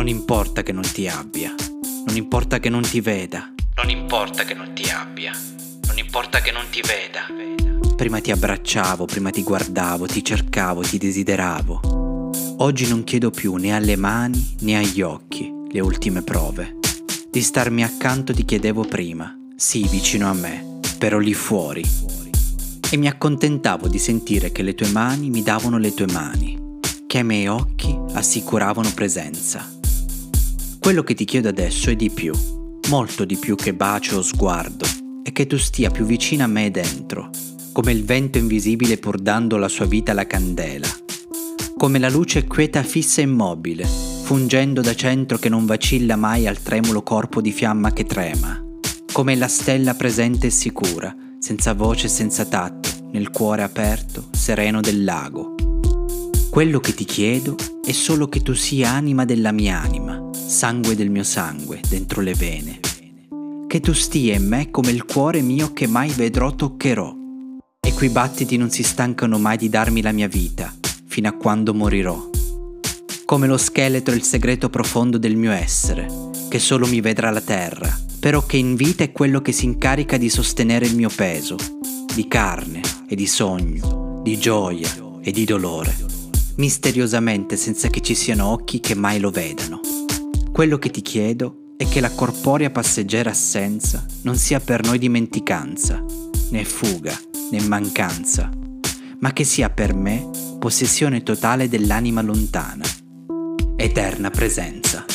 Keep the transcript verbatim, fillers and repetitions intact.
importa che non ti abbia, non importa che non ti veda, non importa che non ti abbia, non importa che non ti veda. Prima ti abbracciavo, prima ti guardavo, ti cercavo, ti desideravo. Oggi non chiedo più né alle mani né agli occhi le ultime prove. Di starmi accanto ti chiedevo prima, sì, vicino a me, però lì fuori. E mi accontentavo di sentire che le tue mani mi davano le tue mani, che ai miei occhi assicuravano presenza. Quello che ti chiedo adesso è di più, molto di più che bacio o sguardo, e che tu stia più vicino a me dentro, come il vento invisibile pur dando la sua vita alla candela, come la luce quieta fissa e immobile, fungendo da centro che non vacilla mai al tremulo corpo di fiamma che trema, come la stella presente e sicura, senza voce e senza tatto, nel cuore aperto, sereno del lago. Quello che ti chiedo è solo che tu sia anima della mia anima, sangue del mio sangue, dentro le vene. Che tu stia in me come il cuore mio che mai vedrò o toccherò, e quei battiti non si stancano mai di darmi la mia vita, fino a quando morirò. Come lo scheletro è il segreto profondo del mio essere, che solo mi vedrà la terra, però che in vita è quello che si incarica di sostenere il mio peso, di carne e di sogno, di gioia e di dolore, misteriosamente senza che ci siano occhi che mai lo vedano. Quello che ti chiedo è che la corporea passeggera assenza non sia per noi dimenticanza, né fuga, né mancanza, ma che sia per me possessione totale dell'anima lontana, eterna presenza.